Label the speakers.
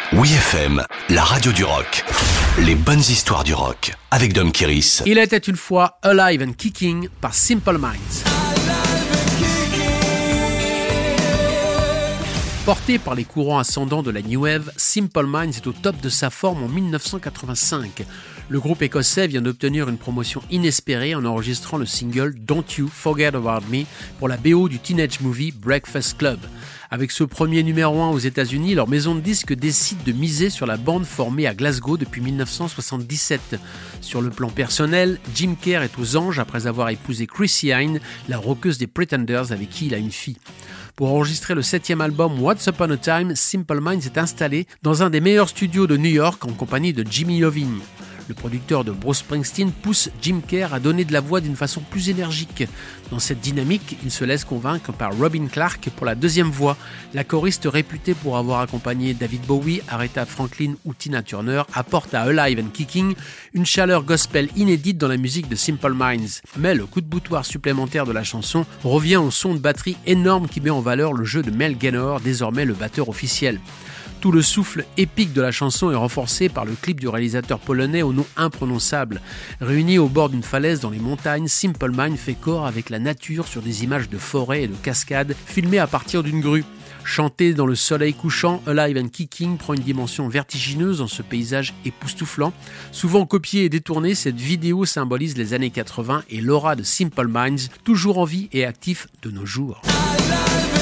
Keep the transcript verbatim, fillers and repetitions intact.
Speaker 1: Oui F M, la radio du rock. Les bonnes histoires du rock avec Dom Kiris.
Speaker 2: Il était une fois Alive and Kicking par Simple Minds. Porté par les courants ascendants de la New Wave, Simple Minds est au top de sa forme en dix-neuf cent quatre-vingt-cinq. Le groupe écossais vient d'obtenir une promotion inespérée en enregistrant le single Don't You Forget About Me pour la B O du teenage movie Breakfast Club. Avec ce premier numéro un aux États-Unis, leur maison de disques décide de miser sur la bande formée à Glasgow depuis dix-neuf cent soixante-dix-sept. Sur le plan personnel, Jim Kerr est aux anges après avoir épousé Chrissy Hynde, la rockeuse des Pretenders avec qui il a une fille. Pour enregistrer le septième album Once Upon a Time, Simple Minds est installé dans un des meilleurs studios de New York en compagnie de Jimmy Iovine. Le producteur de Bruce Springsteen pousse Jim Kerr à donner de la voix d'une façon plus énergique. Dans cette dynamique, il se laisse convaincre par Robin Clark pour la deuxième voix. La choriste réputée pour avoir accompagné David Bowie, Aretha Franklin ou Tina Turner apporte à Alive and Kicking une chaleur gospel inédite dans la musique de Simple Minds. Mais le coup de boutoir supplémentaire de la chanson revient au son de batterie énorme qui met en valeur le jeu de Mel Gaynor, désormais le batteur officiel. Tout le souffle épique de la chanson est renforcé par le clip du réalisateur polonais au nom imprononçable. Réuni au bord d'une falaise dans les montagnes, Simple Minds fait corps avec la nature sur des images de forêt et de cascades filmées à partir d'une grue. Chanté dans le soleil couchant, Alive and Kicking prend une dimension vertigineuse dans ce paysage époustouflant. Souvent copiée et détournée, cette vidéo symbolise les années quatre-vingts et l'aura de Simple Minds, toujours en vie et actif de nos jours.